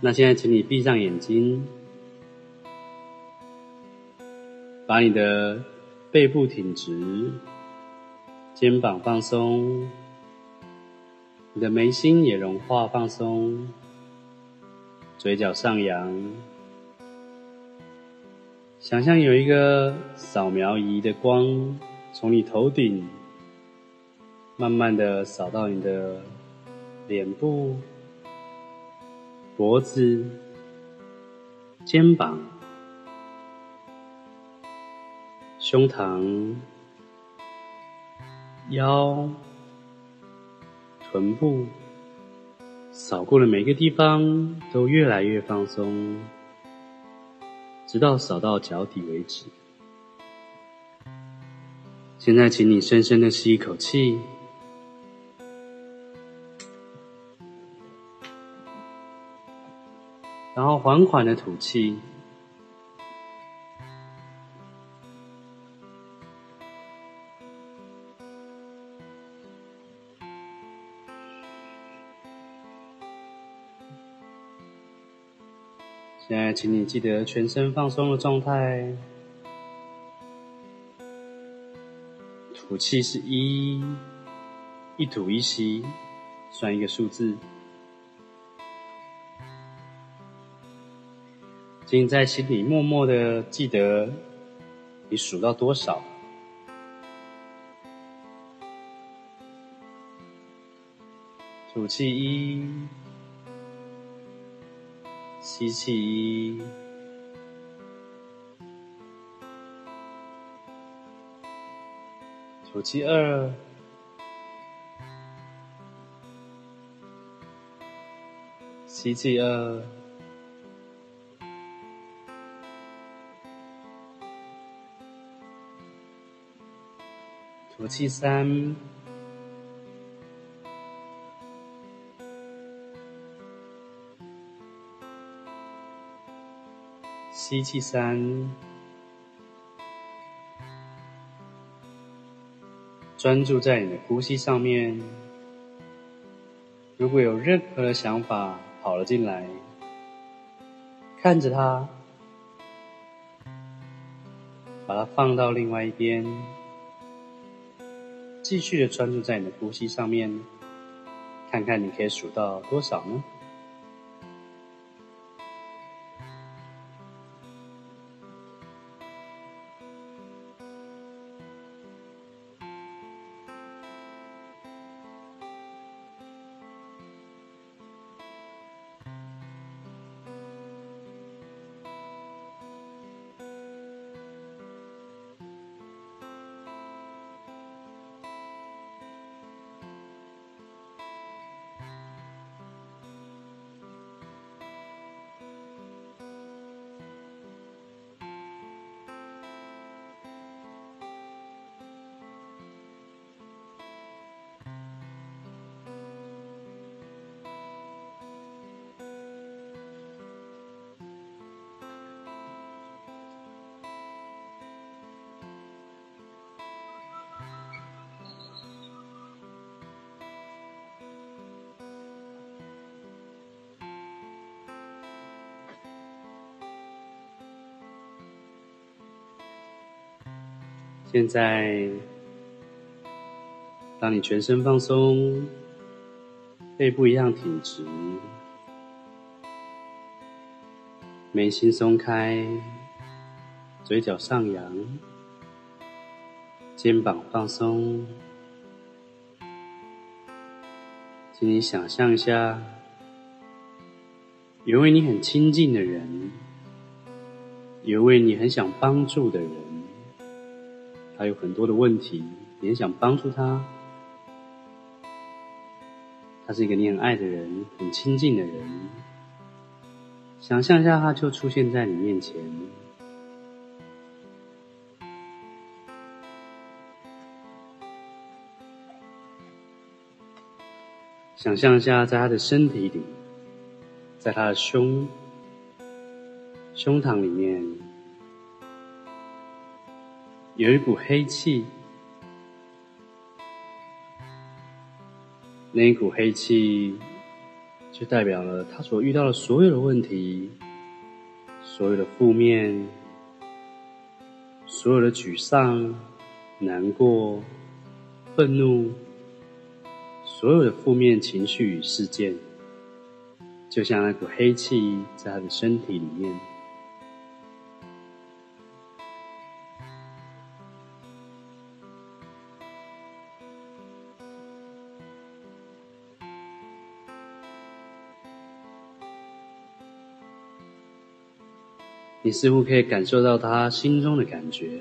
那现在请你闭上眼睛，把你的背部挺直，肩膀放松，你的眉心也融化放松，嘴角上扬，想象有一个扫描仪的光从你头顶慢慢的扫到你的脸部、脖子、肩膀、胸膛、腰、臀部，扫过的每个地方都越来越放松，直到扫到脚底为止。现在请你深深的吸一口气，然后缓缓的吐气。现在请你记得全身放松的状态，吐气是一，一吐一吸，算一个数字。请在心里默默的记得你数到多少。吐气一，吸气一，吐气二，吸气二，吐气三，吸气三，专注在你的呼吸上面。如果有任何的想法跑了进来，看着它，把它放到另外一边，继续的专注在你的呼吸上面，看看你可以数到多少呢？现在，当你全身放松，背部一样挺直，眉心松开，嘴角上扬，肩膀放松，请你想象一下，有位你很亲近的人，有位你很想帮助的人，他有很多的问题，你很想帮助他。他是一个你很爱的人，很亲近的人。想象一下，他就出现在你面前。想象一下，在他的身体里，在他的胸膛里面，有一股黑气，那一股黑气就代表了他所遇到的所有的问题，所有的负面，所有的沮丧、难过、愤怒，所有的负面情绪与事件，就像那股黑气在他的身体里面。你似乎可以感受到他心中的感觉。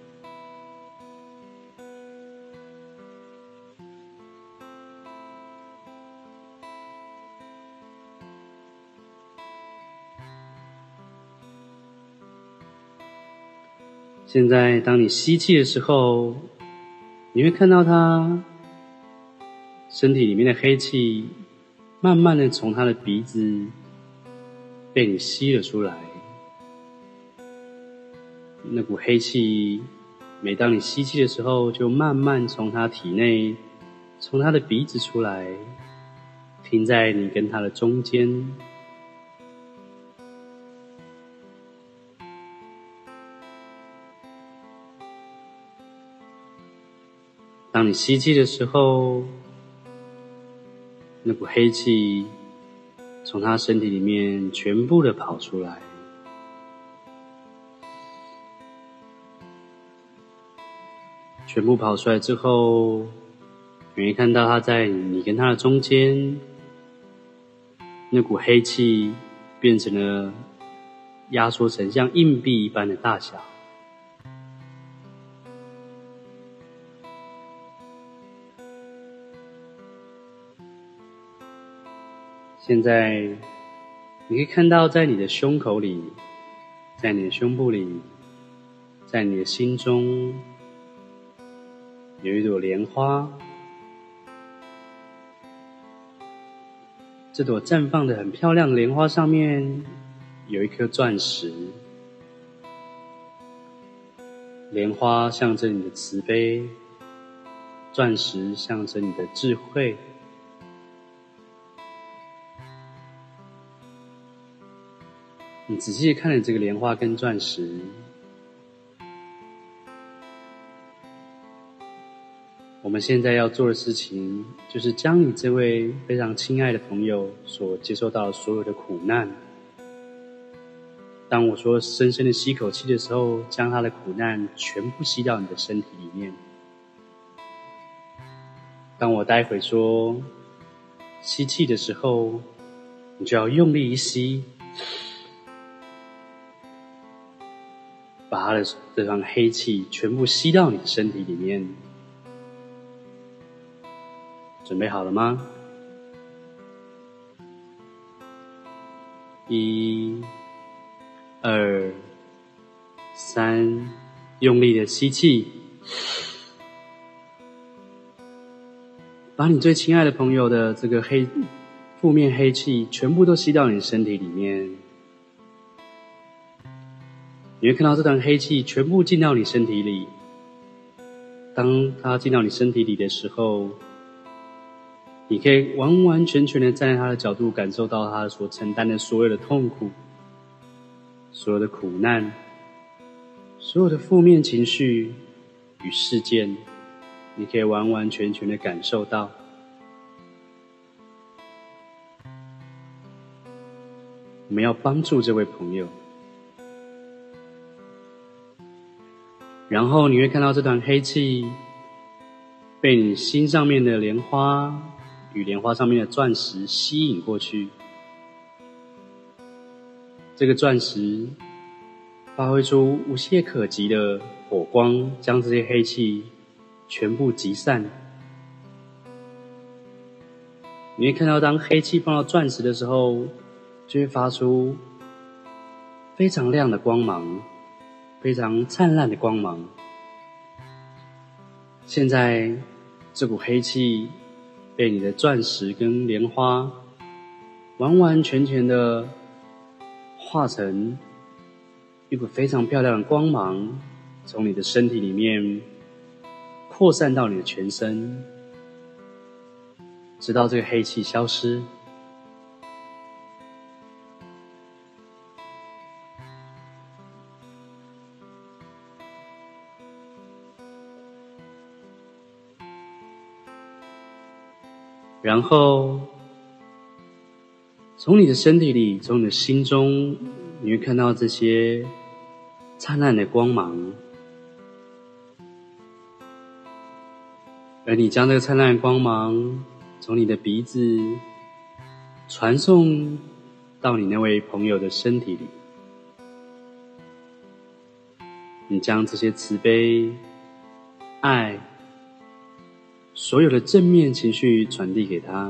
现在当你吸气的时候，你会看到他身体里面的黑气慢慢的从他的鼻子被你吸了出来。那股黑气每当你吸气的时候，就慢慢从他体内，从他的鼻子出来，停在你跟他的中间。当你吸气的时候，那股黑气从他身体里面全部的跑出来。全部跑出来之后，你会看到他在你跟他的中间，那股黑气变成了压缩成像硬币一般的大小。现在你可以看到在你的胸口里，在你的胸部里，在你的心中有一朵莲花，这朵绽放的很漂亮的莲花上面有一颗钻石。莲花象征你的慈悲，钻石象征你的智慧。你仔细看了这个莲花跟钻石，我们现在要做的事情，就是将你这位非常亲爱的朋友所接受到所有的苦难，当我说深深的吸口气的时候，将他的苦难全部吸到你的身体里面。当我待会说吸气的时候，你就要用力一吸，把他的这团黑气全部吸到你的身体里面。准备好了吗？1、2、3，用力的吸气，把你最亲爱的朋友的这个负面黑气全部都吸到你的身体里面。你会看到这团黑气全部进到你身体里。当它进到你身体里的时候，你可以完完全全的站在他的角度，感受到他所承担的所有的痛苦，所有的苦难，所有的负面情绪与事件，你可以完完全全的感受到。我们要帮助这位朋友，然后你会看到这团黑气被你心上面的莲花与莲花上面的钻石吸引过去。这个钻石发挥出无懈可击的火光，将这些黑气全部击散。你会看到当黑气碰到钻石的时候，就会发出非常亮的光芒，非常灿烂的光芒。现在这股黑气被你的钻石跟莲花完完全全的化成一股非常漂亮的光芒，从你的身体里面扩散到你的全身，直到这个黑气消失。 然后从你的身体里，从你的心中，你会看到这些灿烂的光芒，而你将这个灿烂的光芒从你的鼻子传送到你那位朋友的身体里，你将这些慈悲、爱、所有的正面情绪传递给他。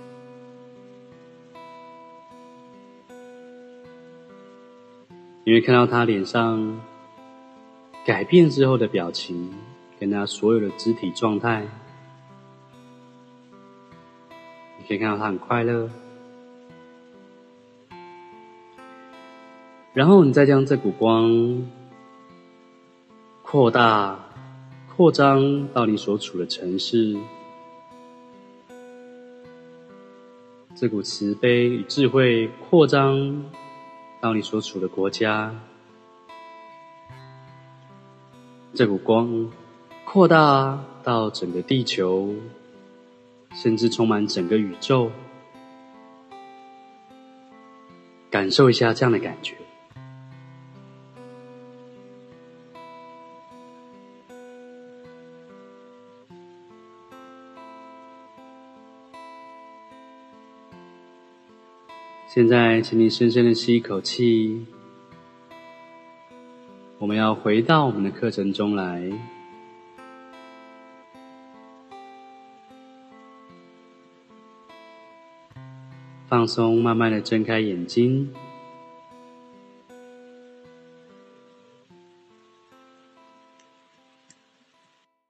你会看到他脸上改变之后的表情，跟他所有的肢体状态，你可以看到他很快乐。然后你再将这股光扩大、扩张到你所处的城市，这股慈悲与智慧扩张到你所处的国家，这股光扩大到整个地球，甚至充满整个宇宙。感受一下这样的感觉。现在请你深深的吸一口气，我们要回到我们的课程中来。放松，慢慢的睁开眼睛。